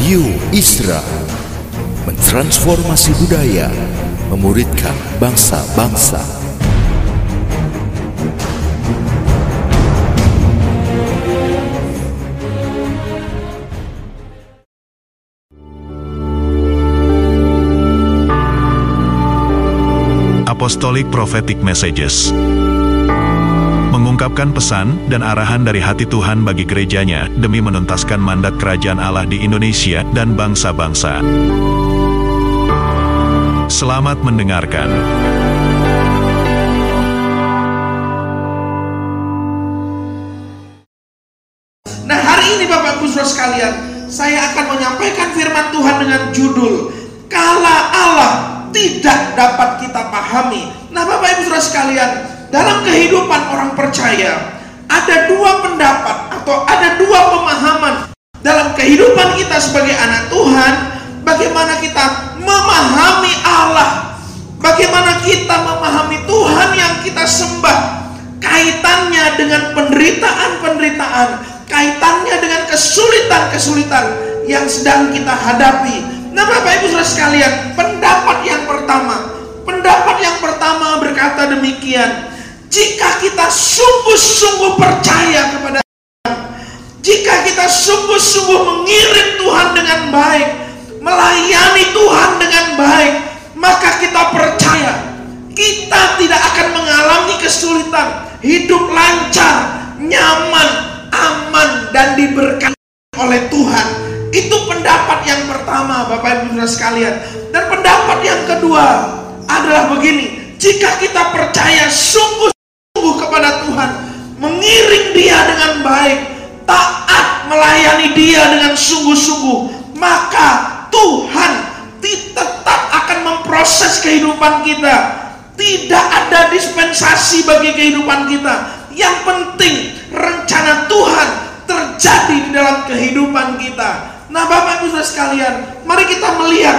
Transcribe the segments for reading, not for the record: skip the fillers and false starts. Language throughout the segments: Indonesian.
Radio Isra mentransformasi budaya, memuridkan bangsa-bangsa. Apostolic Prophetic Messages mengungkapkan pesan dan arahan dari hati Tuhan bagi gerejanya demi menuntaskan mandat kerajaan Allah di Indonesia dan bangsa-bangsa. Selamat mendengarkan. Nah, hari ini Bapak Ibu Saudara sekalian, saya akan menyampaikan firman Tuhan dengan judul Kala Allah tidak dapat kita pahami. Nah, Bapak Ibu Saudara sekalian, dalam kehidupan orang percaya ada dua pendapat atau ada dua pemahaman dalam kehidupan kita sebagai anak Tuhan. Bagaimana kita memahami Allah, bagaimana kita memahami Tuhan yang kita sembah, kaitannya dengan penderitaan-penderitaan, kaitannya dengan kesulitan-kesulitan yang sedang kita hadapi. Nah, Bapak Ibu Saudara sekalian, pendapat yang pertama berkata demikian: jika kita sungguh-sungguh percaya kepada Tuhan, jika kita sungguh-sungguh mengiring Tuhan dengan baik, melayani Tuhan dengan baik, maka kita percaya kita tidak akan mengalami kesulitan, hidup lancar, nyaman, aman, dan diberkati oleh Tuhan. Itu pendapat yang pertama, Bapak Ibu Saudara sekalian. Dan pendapat yang kedua adalah begini: jika kita percaya sungguh-sungguh kepada Tuhan, mengiring Dia dengan baik, taat melayani Dia dengan sungguh-sungguh, maka Tuhan tetap akan memproses kehidupan kita. Tidak ada dispensasi bagi kehidupan kita. Yang penting rencana Tuhan terjadi di dalam kehidupan kita. Nah, Bapak Ibu Saudara sekalian, mari kita melihat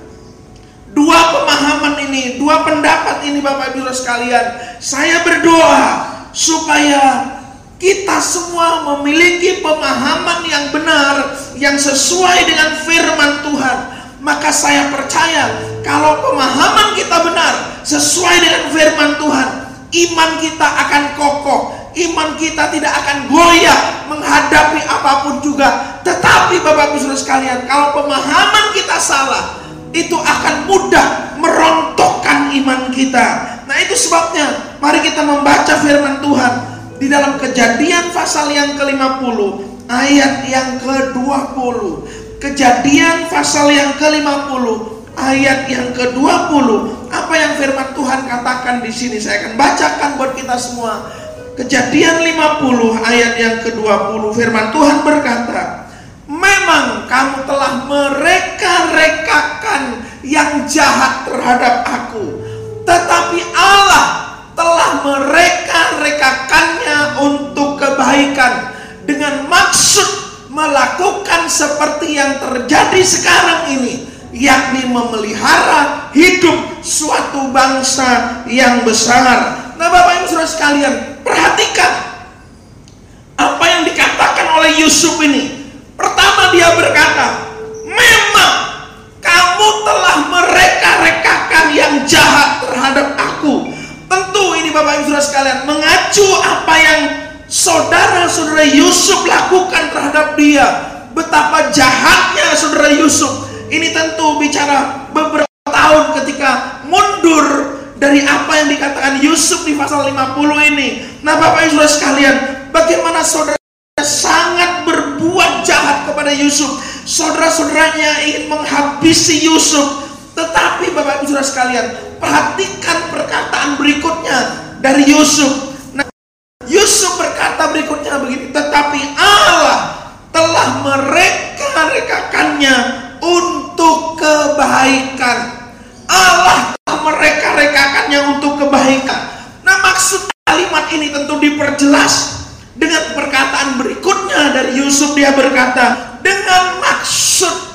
dua pemahaman ini, dua pendapat ini, Bapak Ibu Saudara sekalian. Saya berdoa supaya kita semua memiliki pemahaman yang benar, yang sesuai dengan firman Tuhan. Maka saya percaya kalau pemahaman kita benar, sesuai dengan firman Tuhan, iman kita akan kokoh, iman kita tidak akan goyah menghadapi apapun juga. Tetapi Bapak Ibu Saudara sekalian, kalau pemahaman kita salah, itu akan mudah merontokkan iman kita. Nah, itu sebabnya mari kita membaca firman Tuhan di dalam Kejadian pasal yang ke-50 ayat yang ke-20. Kejadian pasal yang ke-50 ayat yang ke-20. Apa yang firman Tuhan katakan di sini? Saya akan bacakan buat kita semua. Kejadian 50 ayat yang ke-20. Firman Tuhan berkata, memang kamu telah mereka-rekakan yang jahat terhadap aku, tetapi Allah telah mereka-rekakannya untuk kebaikan, dengan maksud melakukan seperti yang terjadi sekarang ini, yakni memelihara hidup suatu bangsa yang besar. Nah, Bapak Ibu Saudara sekalian, perhatikan apa yang dikatakan oleh Yusuf ini. Pertama, dia berkata, memang kamu telah mereka-rekakan yang jahat terhadap aku. Tentu ini Bapak Ibu Saudara sekalian mengacu apa yang saudara-saudara Yusuf lakukan terhadap dia. Betapa jahatnya saudara Yusuf. Ini tentu bicara beberapa tahun ketika mundur dari apa yang dikatakan Yusuf di pasal 50 ini. Nah, Bapak Ibu Saudara sekalian, bagaimana saudara sangat berbuat jahat kepada Yusuf. Saudara-saudaranya ingin menghabisi Yusuf. Tetapi Bapak Ibu Saudara sekalian, perhatikan perkataan berikutnya dari Yusuf. Nah, Yusuf berkata berikutnya begini, tetapi Allah telah mereka-rekakannya untuk kebaikan. Allah telah mereka-rekakannya untuk kebaikan. Nah, maksud kalimat ini tentu diperjelas dengan perkataan berikutnya dari Yusuf. Dia berkata, dengan maksud.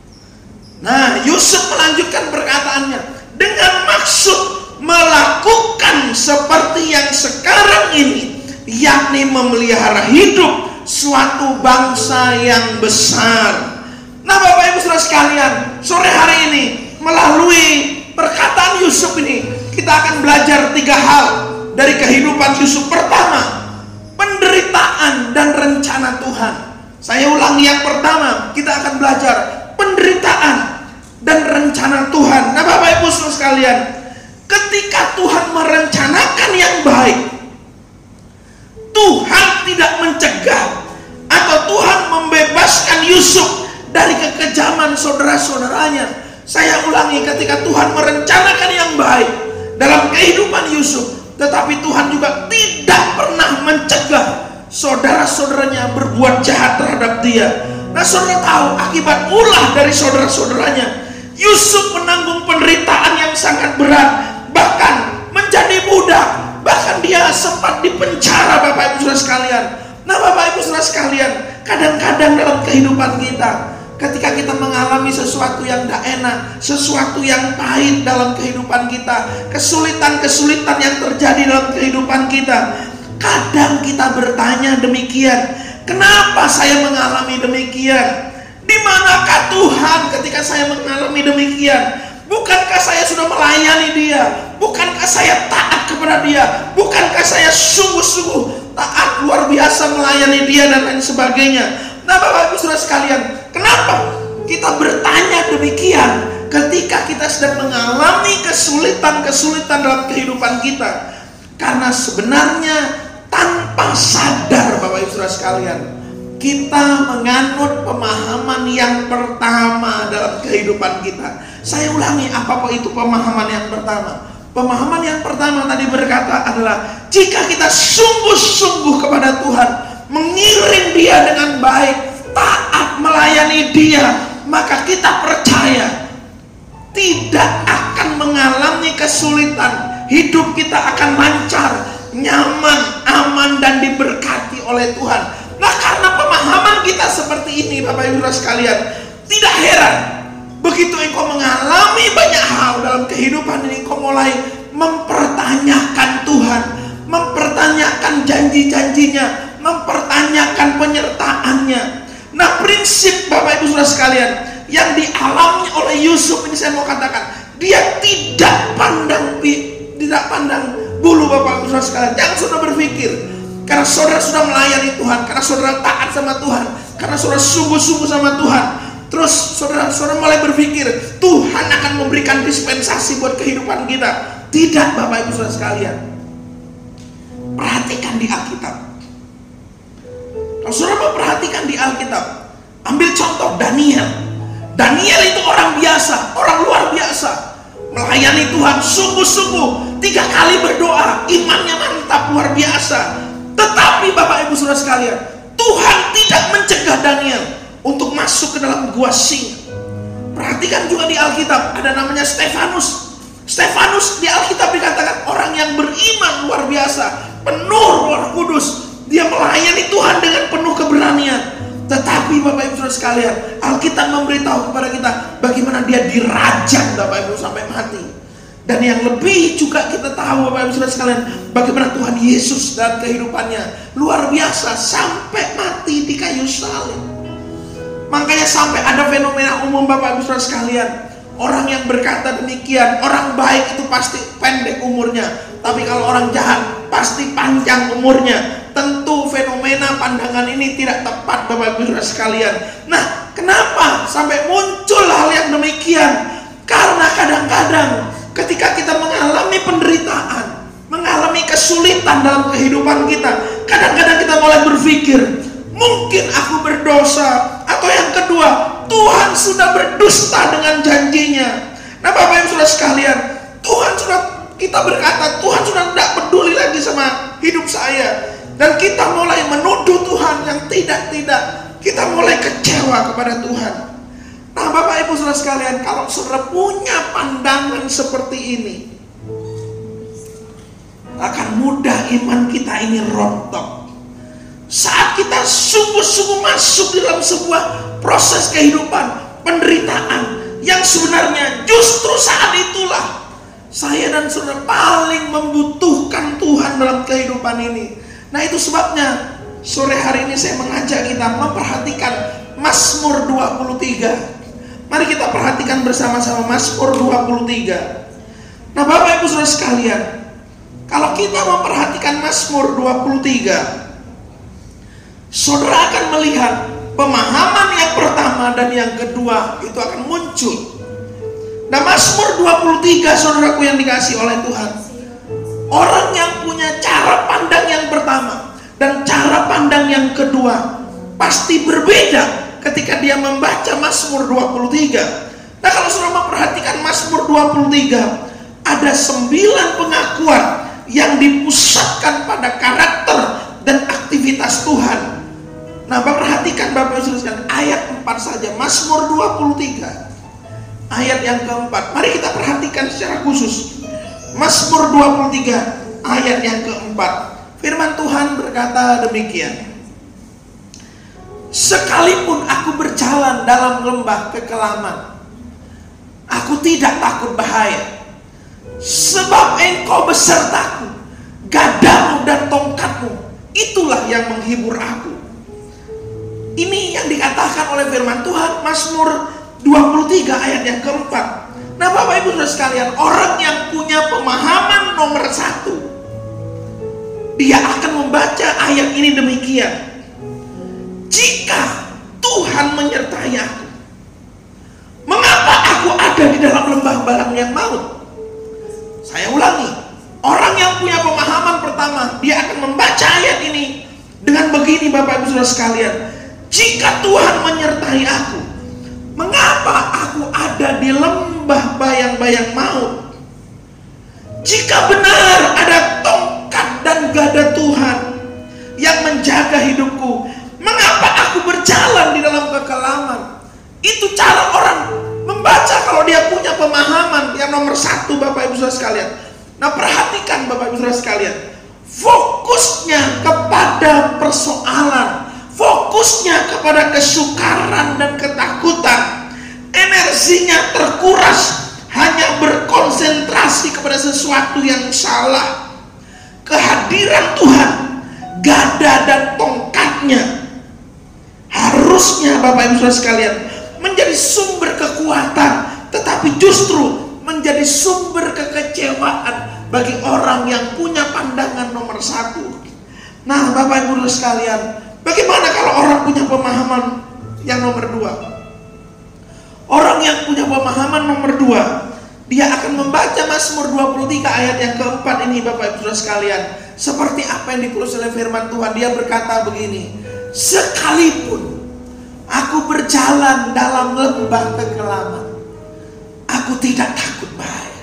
Nah, Yusuf melanjutkan perkataannya, dengan maksud melakukan seperti yang sekarang ini, yakni memelihara hidup suatu bangsa yang besar. Nah Bapak Ibu Saudara sekalian, sore hari ini melalui perkataan Yusuf ini kita akan belajar 3 hal dari kehidupan Yusuf. Pertama, penderitaan dan rencana Tuhan. Saya ulangi, yang pertama kita akan belajar penderitaan dan rencana Tuhan. Nah Bapak Ibu Saudara sekalian, ketika Tuhan merencanakan yang baik, Tuhan tidak mencegah atau Tuhan membebaskan Yusuf dari kekejaman saudara-saudaranya. Saya ulangi, ketika Tuhan merencanakan yang baik dalam kehidupan Yusuf, tetapi Tuhan juga tidak pernah mencegah saudara-saudaranya berbuat jahat terhadap dia. Nah saudara tahu akibat ulah dari saudara-saudaranya, Yusuf menanggung penderitaan yang sangat berat, bahkan menjadi budak, bahkan dia sempat dipenjara Bapak Ibu Saudara sekalian. Nah Bapak Ibu Saudara sekalian, kadang-kadang dalam kehidupan kita, ketika kita mengalami sesuatu yang tidak enak, sesuatu yang pahit dalam kehidupan kita, kesulitan-kesulitan yang terjadi dalam kehidupan kita, kadang kita bertanya demikian, kenapa saya mengalami demikian? Di manakah Tuhan ketika saya mengalami demikian? Bukankah saya sudah melayani dia? Bukankah saya taat kepada dia? Bukankah saya sungguh-sungguh taat luar biasa melayani dia dan lain sebagainya? Nah Bapak Ibu Saudara sekalian, kenapa kita bertanya demikian ketika kita sedang mengalami kesulitan-kesulitan dalam kehidupan kita? Karena sebenarnya tanpa sadar Bapak Ibu Saudara sekalian, kita menganut pemahaman yang pertama dalam kehidupan kita. Saya ulangi, apa itu pemahaman yang pertama? Pemahaman yang pertama tadi berkata adalah, jika kita sungguh-sungguh kepada Tuhan, mengiring dia dengan baik, taat melayani dia, maka kita percaya tidak akan mengalami kesulitan. Hidup kita akan lancar, nyaman, aman, dan diberkati oleh Tuhan. Nah karena pemahaman kita seperti ini Bapak Ibu sekalian, tidak heran begitu engkau mengalami banyak hal dalam kehidupan ini, engkau mulai mempertanyakan Tuhan, mempertanyakan janji-janjinya, mempertanyakan penyertaannya. Nah prinsip Bapak Ibu Saudara sekalian yang dialami oleh Yusuf ini, saya mau katakan, dia tidak pandang bulu Bapak Ibu Saudara sekalian. Jangan saudara berpikir karena saudara sudah melayani Tuhan, karena saudara taat sama Tuhan, karena saudara sungguh-sungguh sama Tuhan, terus saudara mulai berpikir Tuhan akan memberikan dispensasi buat kehidupan kita. Tidak Bapak Ibu Saudara sekalian. Perhatikan di Alkitab. Kalau saudara mau perhatikan di Alkitab, ambil contoh Daniel. Daniel itu orang biasa, orang luar biasa, melayani Tuhan sungguh-sungguh, 3 kali berdoa, imannya mantap luar biasa. Tetapi Bapak Ibu Saudara sekalian, Tuhan tidak mencegah Daniel untuk masuk ke dalam gua singa. Perhatikan juga di Alkitab, ada namanya Stefanus. Stefanus di Alkitab dikatakan orang yang beriman luar biasa, penuh Roh Kudus. Dia melayani Tuhan dengan penuh keberanian. Tetapi Bapak Ibu Saudara sekalian, Alkitab memberitahu kepada kita bagaimana dia dirajam Bapak Ibu sampai mati. Dan yang lebih juga kita tahu Bapak Ibu Saudara sekalian, bagaimana Tuhan Yesus dalam kehidupannya luar biasa sampai mati di kayu salib. Makanya sampai ada fenomena umum Bapak Ibu Saudara sekalian, orang yang berkata demikian, orang baik itu pasti pendek umurnya, tapi kalau orang jahat pasti panjang umurnya. Tentu fenomena pandangan ini tidak tepat Bapak Ibu Saudara sekalian. Nah kenapa sampai muncul hal yang demikian? Karena kadang-kadang ketika kita mengalami penderitaan, mengalami kesulitan dalam kehidupan kita, kadang-kadang kita mulai berpikir, mungkin aku berdosa, atau yang kedua, Tuhan sudah berdusta dengan janjinya. Nah Bapak Ibu Saudara sekalian, kita berkata Tuhan sudah tidak peduli lagi sama hidup saya, dan kita mulai menuduh Tuhan yang tidak-tidak, kita mulai kecewa kepada Tuhan. Nah Bapak Ibu Saudara sekalian, kalau saudara punya pandangan seperti ini, akan mudah iman kita ini rontok. Saat kita sungguh-sungguh masuk dalam sebuah proses kehidupan, penderitaan, yang sebenarnya justru saat itulah saya dan saudara paling membutuhkan Tuhan dalam kehidupan ini. Nah itu sebabnya sore hari ini saya mengajak kita memperhatikan Mazmur 23. Mari kita perhatikan bersama-sama Mazmur 23. Nah, Bapak Ibu Saudara sekalian, kalau kita memperhatikan Mazmur 23, saudara akan melihat pemahaman yang pertama dan yang kedua itu akan muncul. Nah, Mazmur 23, saudaraku yang dikasihi oleh Tuhan, orang yang punya cara pandang yang pertama dan cara pandang yang kedua pasti berbeda ketika dia membaca Mazmur 23. Nah, kalau saudara memperhatikan Mazmur 23, ada 9 pengakuan yang dipusatkan pada karakter dan aktivitas Tuhan. Nah, perhatikan Bapak Ibu sekalian, ayat 4 saja, Mazmur 23, ayat yang keempat. Mari kita perhatikan secara khusus. Mazmur 23, ayat yang keempat. Firman Tuhan berkata demikian. Sekalipun aku berjalan dalam lembah kekelaman, aku tidak takut bahaya. Sebab Engkau besertaku, gadamu dan tongkatmu, itulah yang menghibur aku. Ini yang dikatakan oleh firman Tuhan, Mazmur 23 ayat yang keempat. Nah, Bapak Ibu Saudara sekalian, orang yang punya pemahaman nomor 1, dia akan membaca ayat ini demikian. Jika Tuhan menyertai aku, mengapa aku ada di dalam lembah balang yang maut? Saya ulangi, orang yang punya pemahaman pertama, dia akan membaca ayat ini dengan begini, Bapak Ibu Saudara sekalian. Jika Tuhan menyertai aku, mengapa aku ada di lembah bayang-bayang maut? Jika benar ada tongkat dan gada Tuhan yang menjaga hidupku, mengapa aku berjalan di dalam kekelaman? Itu cara orang membaca kalau dia punya pemahaman yang nomor 1, Bapak Ibu Saudara sekalian. Nah, perhatikan Bapak Ibu Saudara sekalian, fokusnya kepada persoalan, fokusnya kepada kesukaran dan ketakutan, energinya terkuras hanya berkonsentrasi kepada sesuatu yang salah. Kehadiran Tuhan, gada dan tongkatnya, harusnya Bapak Ibu Saudara sekalian menjadi sumber kekuatan, tetapi justru menjadi sumber kekecewaan bagi orang yang punya pandangan nomor 1. Nah, Bapak Ibu Saudara sekalian, bagaimana kalau orang punya pemahaman yang nomor 2? Orang yang punya pemahaman nomor 2, dia akan membaca Mazmur 23 ayat yang keempat ini, Bapak Ibu Saudara sekalian. Seperti apa yang ditulis oleh firman Tuhan, dia berkata begini. Sekalipun aku berjalan dalam lembah kekelaman, aku tidak takut bahaya.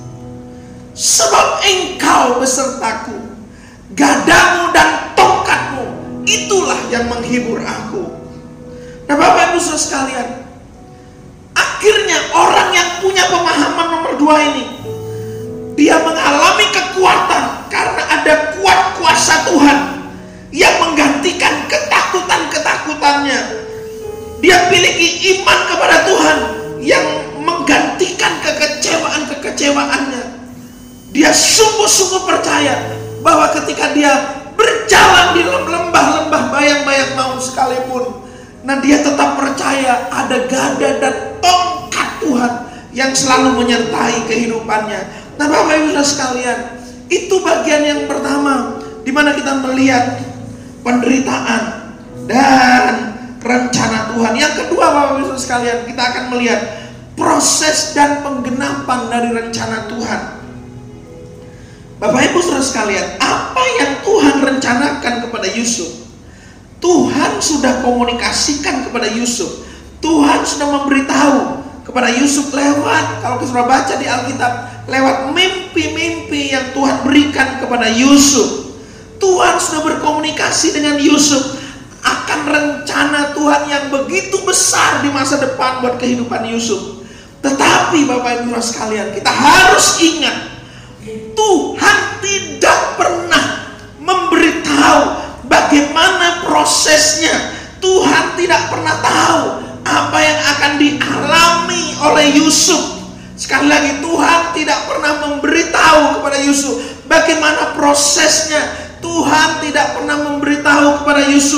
Sebab Engkau besertaku, gadamu dan tongkatmu, itulah yang menghibur aku. Nah, Bapak Ibu Saudara sekalian, akhirnya orang yang punya pemahaman nomor 2 ini, dia mengalami kekuatan karena ada kuat kuasa Tuhan yang menggantikan ketakutan-ketakutannya. Dia miliki iman kepada Tuhan yang menggantikan kekecewaan-kekecewaannya. Dia sungguh-sungguh percaya bahwa ketika dia berjalan di lembah-lembah bayang-bayang maut sekalipun, nah dia tetap percaya ada gada dan tongkat Tuhan yang selalu menyertai kehidupannya. Nah, Bapak Ibu Saudara sekalian, itu bagian yang pertama di mana kita melihat penderitaan dan rencana Tuhan. Yang kedua, Bapak Ibu Saudara sekalian, kita akan melihat proses dan penggenapan dari rencana Tuhan. Bapak Ibu Saudara sekalian, apa yang Tuhan rencanakan kepada Yusuf, Tuhan sudah komunikasikan kepada Yusuf. Tuhan sudah memberitahu kepada Yusuf lewat, kalau kita baca di Alkitab, lewat mimpi-mimpi yang Tuhan berikan kepada Yusuf. Tuhan sudah berkomunikasi dengan Yusuf akan rencana Tuhan yang begitu besar di masa depan buat kehidupan Yusuf. Tetapi Bapak Ibu sekalian, kita harus ingat, Tuhan tidak pernah memberitahu bagaimana prosesnya. Tuhan tidak pernah tahu apa yang akan dialami oleh Yusuf. Sekali lagi, Tuhan tidak pernah memberitahu kepada Yusuf bagaimana prosesnya. Tuhan tidak pernah memberitahu kepada Yusuf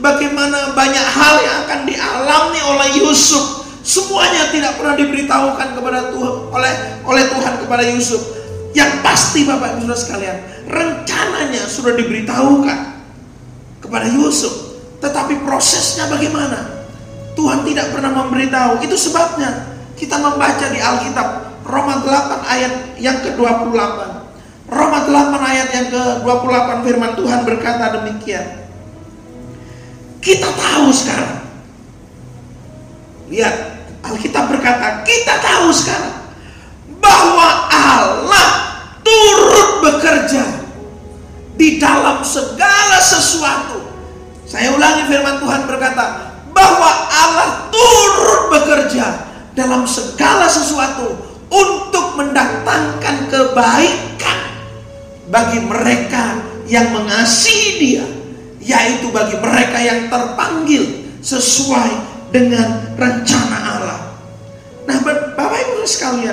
bagaimana banyak hal yang akan dialami oleh Yusuf. Semuanya tidak pernah diberitahukan kepada Tuhan oleh Tuhan kepada Yusuf. Yang pasti Bapak Ibu Saudara sekalian, rencananya sudah diberitahukan kepada Yusuf, tetapi prosesnya bagaimana? Tuhan tidak pernah memberitahu. Itu sebabnya kita membaca di Alkitab Roma 8 ayat yang ke-28. Roma 8 ayat yang ke-28 firman Tuhan berkata demikian. Kita tahu sekarang. Lihat, Alkitab berkata, kita tahu sekarang bahwa Allah turut bekerja di dalam segala sesuatu. Saya ulangi, firman Tuhan berkata bahwa Allah turut bekerja dalam segala sesuatu untuk mendatangkan kebaikan bagi mereka yang mengasihi Dia, yaitu bagi mereka yang terpanggil sesuai dengan rencana Allah. Nah, Bapak Ibu sekalian,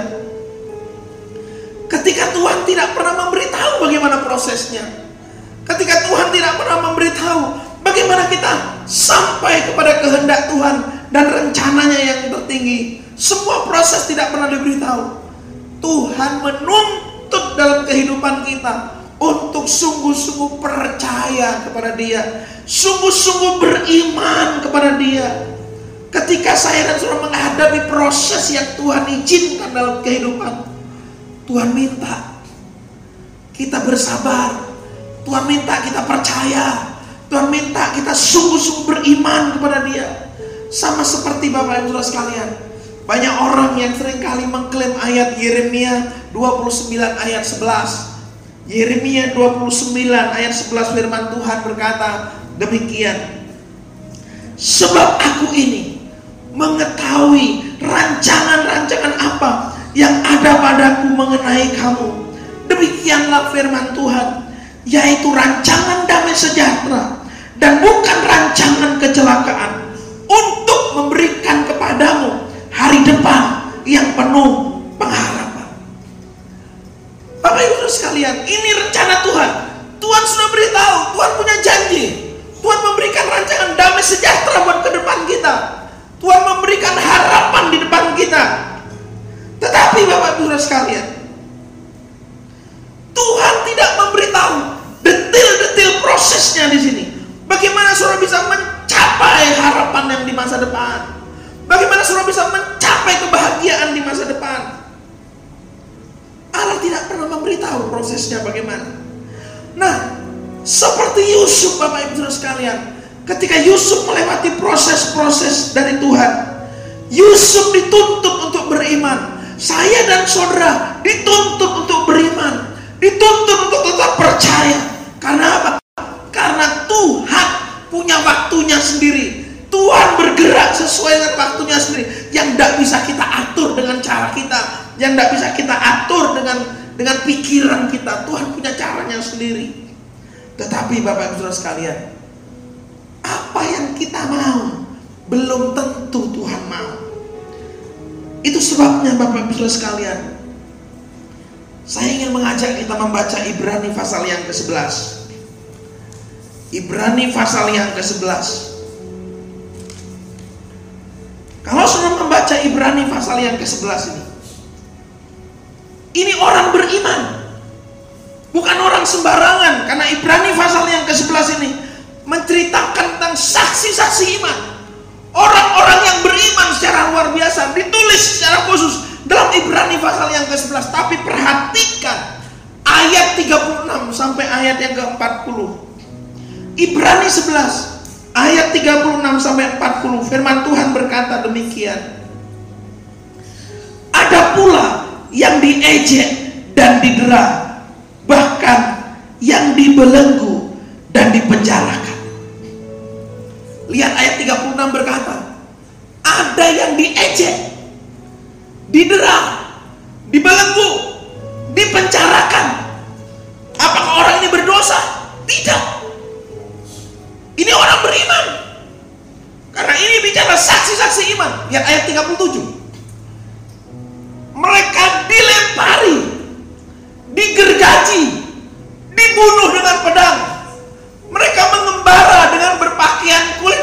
ketika Tuhan tidak pernah memberitahu bagaimana prosesnya, ketika Tuhan tidak pernah memberitahu bagaimana kita sampai kepada kehendak Tuhan dan rencananya yang tertinggi, semua proses tidak pernah diberitahu. Tuhan menuntut dalam kehidupan kita untuk sungguh-sungguh percaya kepada Dia, sungguh-sungguh beriman kepada Dia. Ketika saya dan saudara menghadapi proses yang Tuhan izinkan dalam kehidupan, Tuhan minta kita bersabar, Tuhan minta kita percaya, Tuhan minta kita sungguh-sungguh beriman kepada Dia. Sama seperti Bapak Ibu Saudara sekalian, banyak orang yang seringkali mengklaim ayat Yeremia 29 ayat 11. Yeremia 29 ayat 11 firman Tuhan berkata demikian. Sebab aku ini mengetahui rancangan-rancangan apa yang ada padaku mengenai kamu. Demikianlah firman Tuhan, yaitu rancangan damai sejahtera dan bukan rancangan kecelakaan, untuk memberikan kepadamu hari depan yang penuh pengharapan. Bapak Ibu sekalian, ini rencana Tuhan. Tuhan sudah beritahu, Tuhan punya janji. Tuhan memberikan rancangan damai sejahtera buat ke depan kita. Tuhan memberikan harapan di depan kita. Tetapi Bapak Ibu sekalian, Tuhan tidak memberitahu detil-detil prosesnya di sini. Bagaimana saudara bisa mencapai harapan yang di masa depan? Bagaimana saudara bisa mencapai kebahagiaan di masa depan? Allah tidak pernah memberitahu prosesnya bagaimana. Nah, seperti Yusuf Bapak Ibu sekalian, ketika Yusuf melewati proses-proses dari Tuhan, Yusuf dituntut untuk beriman. Saya dan saudara dituntut untuk beriman, dituntut untuk tetap percaya. Karena apa? Karena Tuhan punya waktunya sendiri. Tuhan bergerak sesuai dengan waktunya sendiri, yang tidak bisa kita atur dengan cara kita, yang tidak bisa kita atur dengan pikiran kita. Tuhan punya caranya sendiri. Tetapi Bapak Ibu Saudara sekalian, apa yang kita mau belum tentu Tuhan mau. Itu sebabnya Bapak Ibu Saudara sekalian, saya ingin mengajak kita membaca Ibrani pasal yang ke-11. Ibrani pasal yang ke-11. Kalau sudah membaca Ibrani pasal yang ke-11 ini orang beriman, bukan orang sembarangan. Karena Ibrani pasal yang ke-11 ini menceritakan tentang saksi-saksi iman, orang-orang yang beriman secara luar biasa, ditulis secara khusus dalam Ibrani pasal yang ke-11. Tapi perhatikan ayat 36 sampai ayat yang ke-40. Ibrani 11 ayat 36 sampai 40, firman Tuhan berkata demikian. Ada pula yang diejek dan didera, bahkan yang dibelenggu dan dipenjarakan. Lihat ayat 36 berkata, ada yang diejek, didera, dibelenggu, dipenjarakan. Apakah orang ini berdosa? Tidak. Ini orang beriman. Karena ini bicara saksi-saksi iman. Lihat ayat 37. Mereka dilempari, digergaji, dibunuh dengan pedang. Mereka mengembara dengan berpakaian kulit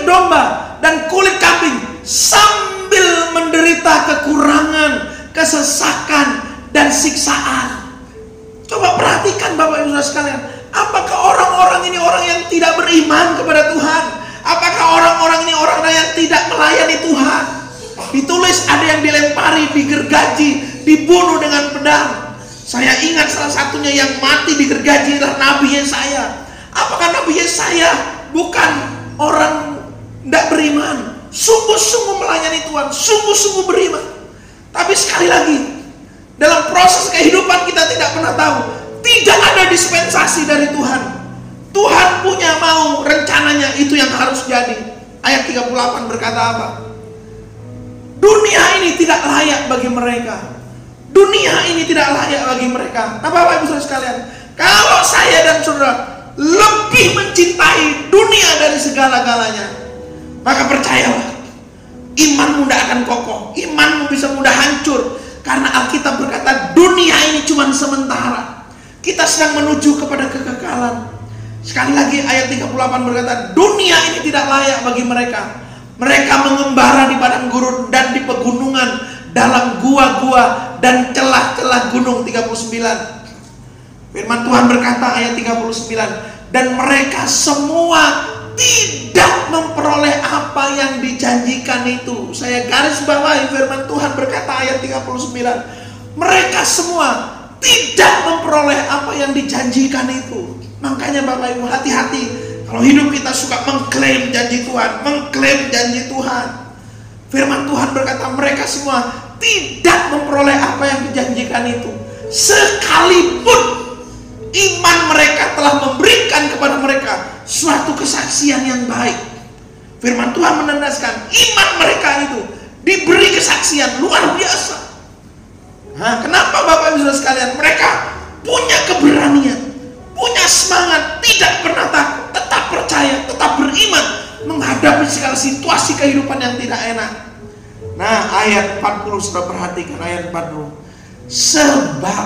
yang dilempari, digergaji, dibunuh dengan pedang. Saya ingat salah satunya yang mati digergaji adalah Nabi Yesaya. Apakah Nabi Yesaya bukan orang tidak beriman? Sungguh-sungguh melayani Tuhan, sungguh-sungguh beriman. Tapi sekali lagi, dalam proses kehidupan kita tidak pernah tahu. Tidak ada dispensasi dari Tuhan. Tuhan punya mau, rencananya itu yang harus jadi. Ayat 38 berkata apa? Dunia ini tidak layak bagi mereka. Dunia ini tidak layak bagi mereka. Nah, Bapak Ibu Saudara sekalian, kalau saya dan saudara lebih mencintai dunia dari segala-galanya, maka percayalah, imanmu tidak akan kokoh, imanmu bisa mudah hancur. Karena Alkitab berkata dunia ini cuma sementara. Kita sedang menuju kepada kekekalan. Sekali lagi ayat 38 berkata dunia ini tidak layak bagi mereka. Mereka mengembara di padang gurun dan di pegunungan, dalam gua-gua dan celah-celah gunung. 39. Firman Tuhan berkata ayat 39, dan mereka semua tidak memperoleh apa yang dijanjikan itu. Saya garis bawahi firman Tuhan berkata ayat 39, mereka semua tidak memperoleh apa yang dijanjikan itu. Makanya Bapak Ibu hati-hati kalau hidup kita suka mengklaim janji Tuhan, mengklaim janji Tuhan. Firman Tuhan berkata mereka semua tidak memperoleh apa yang dijanjikan itu, sekalipun iman mereka telah memberikan kepada mereka suatu kesaksian yang baik. Firman Tuhan menandaskan iman mereka itu diberi kesaksian luar biasa. Nah, kenapa Bapak Ibu Saudara sekalian? Mereka punya keberanian, punya semangat, tidak pernah takut, tetap percaya, tetap beriman menghadapi segala situasi kehidupan yang tidak enak. Nah, ayat 40 sudah perhatikan ayat 40. Sebab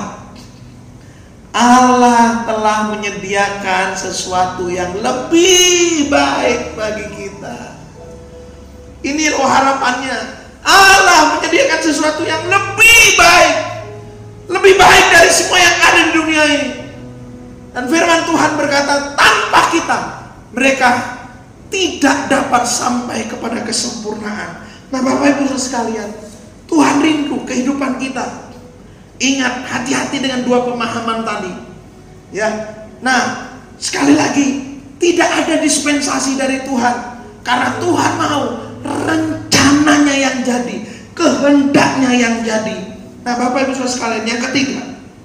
Allah telah menyediakan sesuatu yang lebih baik bagi kita. Ini loh harapannya. Allah menyediakan sesuatu yang lebih baik. Lebih baik dari semua yang ada di dunia ini. Dan firman Tuhan berkata tanpa kita mereka tidak dapat sampai kepada kesempurnaan. Nah Bapak Ibu sekalian, Tuhan rindu kehidupan kita. Ingat, hati-hati dengan dua pemahaman tadi. Ya. Nah, sekali lagi, tidak ada dispensasi dari Tuhan. Karena Tuhan mau rencananya yang jadi, kehendaknya yang jadi. Nah, Bapak Ibu Saudara sekalian, yang ketiga,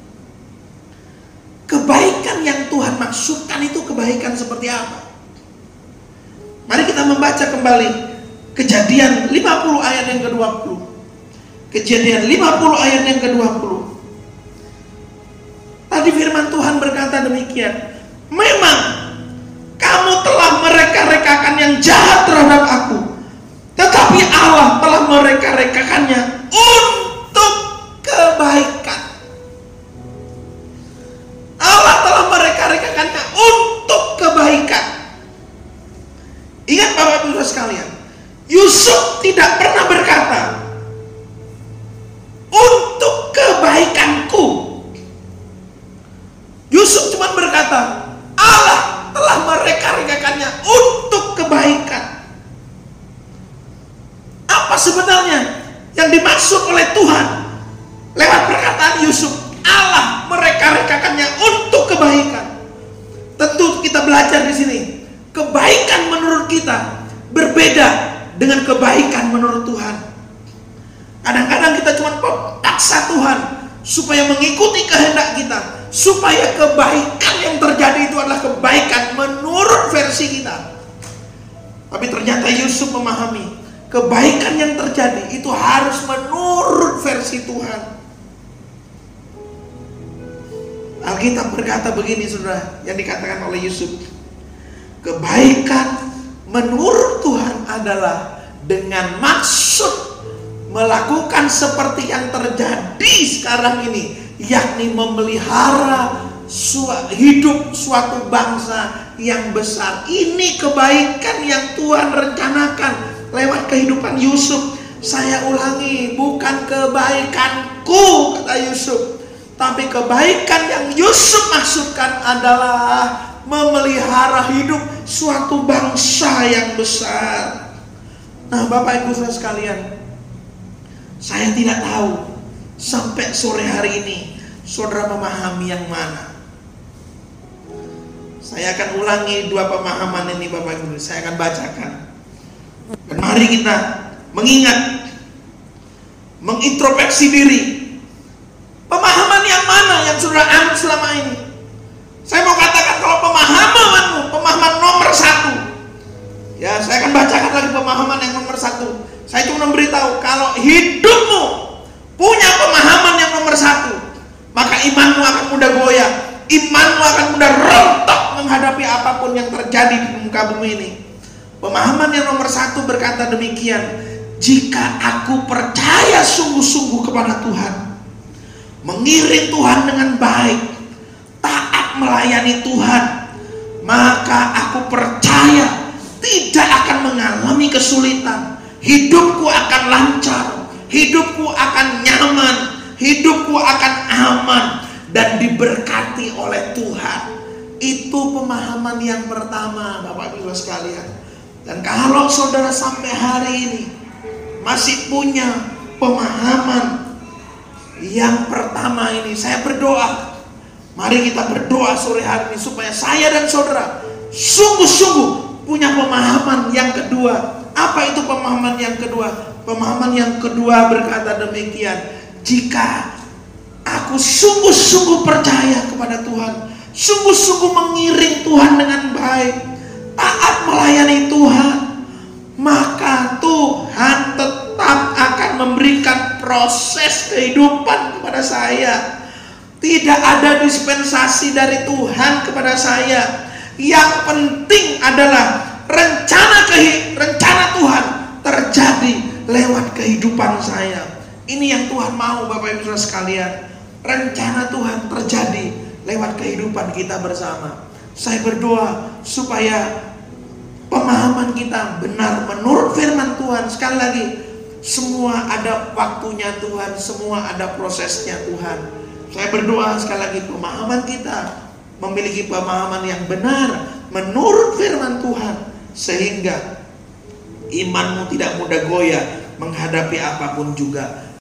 kebaikan yang Tuhan maksudkan itu kebaikan seperti apa? Mari kita membaca kembali Kejadian 50 ayat yang ke-20. Kejadian 50 ayat yang ke-20. Tadi firman Tuhan berkata demikian, memang kamu telah mereka-rekakan yang jahat terhadap aku, tetapi Allah telah mereka-rekakannya untuk kebaikan. Allah telah mereka-rekakannya untuk kebaikan. Ingat Bapak Ibu sekalian, Yusuf tidak pernah berkata untuk kebaikanku. Yusuf cuma berkata Allah telah mereka-rekakannya untuk kebaikan. Apa sebenarnya yang dimaksud oleh Tuhan lewat perkataan Yusuf? Allah mereka-rekakannya untuk kebaikan. Tentu kita belajar di sini, kebaikan menurut kita berbeda dengan kebaikan menurut Tuhan. Kadang-kadang kita cuma paksa Tuhan supaya mengikuti kehendak kita, supaya kebaikan yang terjadi itu adalah kebaikan menurut versi kita. Tapi ternyata Yusuf memahami kebaikan yang terjadi itu harus menurut versi Tuhan. Alkitab berkata begini saudara, yang dikatakan oleh Yusuf, kebaikan menurut Tuhan adalah dengan maksud melakukan seperti yang terjadi sekarang ini, yakni memelihara hidup suatu bangsa yang besar. Ini kebaikan yang Tuhan rencanakan lewat kehidupan Yusuf. Saya ulangi, bukan kebaikanku kata Yusuf, tapi kebaikan yang Yusuf maksudkan adalah memelihara hidup suatu bangsa yang besar. Nah Bapak Ibu Saudara sekalian, Saya tidak tahu sampai sore hari ini saudara memahami yang mana. Saya akan ulangi dua pemahaman ini Bapak Ibu. Saya akan bacakan. Dan mari kita mengingat, mengintrospeksi diri. Pemahaman yang mana yang saudara anut selama ini? Saya mau katakan kalau pemahamanmu, pemahaman nomor satu. Ya, saya akan bacakan lagi pemahaman yang nomor satu. Saya cuma memberitahu kalau hidupmu punya pemahaman yang nomor satu, maka imanmu akan mudah goyah, imanmu akan mudah rontok menghadapi apapun yang terjadi di muka bumi ini. Pemahaman yang nomor satu berkata demikian: jika aku percaya sungguh-sungguh kepada Tuhan, mengiring Tuhan dengan baik, taat melayani Tuhan, maka aku percaya tidak akan mengalami kesulitan. Hidupku akan lancar, hidupku akan nyaman, hidupku akan aman dan diberkati oleh Tuhan. Itu pemahaman yang pertama Bapak Ibu sekalian. Dan kalau saudara sampai hari ini masih punya pemahaman yang pertama ini, saya berdoa, mari kita berdoa sore hari ini supaya saya dan saudara sungguh-sungguh punya pemahaman yang kedua. Apa itu pemahaman yang kedua? Pemahaman yang kedua berkata demikian: jika aku sungguh-sungguh percaya kepada Tuhan, sungguh-sungguh mengiring Tuhan dengan baik, taat melayani Tuhan, maka Tuhan tetap akan memberikan proses kehidupan kepada saya. Tidak ada dispensasi dari Tuhan kepada saya. Yang penting adalah rencana Tuhan terjadi lewat kehidupan saya. Ini yang Tuhan mau Bapak Ibu sekalian. Rencana Tuhan terjadi lewat kehidupan kita bersama. Saya berdoa supaya pemahaman kita benar menurut firman Tuhan. Sekali lagi, semua ada waktunya Tuhan, semua ada prosesnya Tuhan. Saya berdoa sekali lagi, pemahaman kita memiliki pemahaman yang benar menurut firman Tuhan, sehingga imanmu tidak mudah goyah menghadapi apapun juga.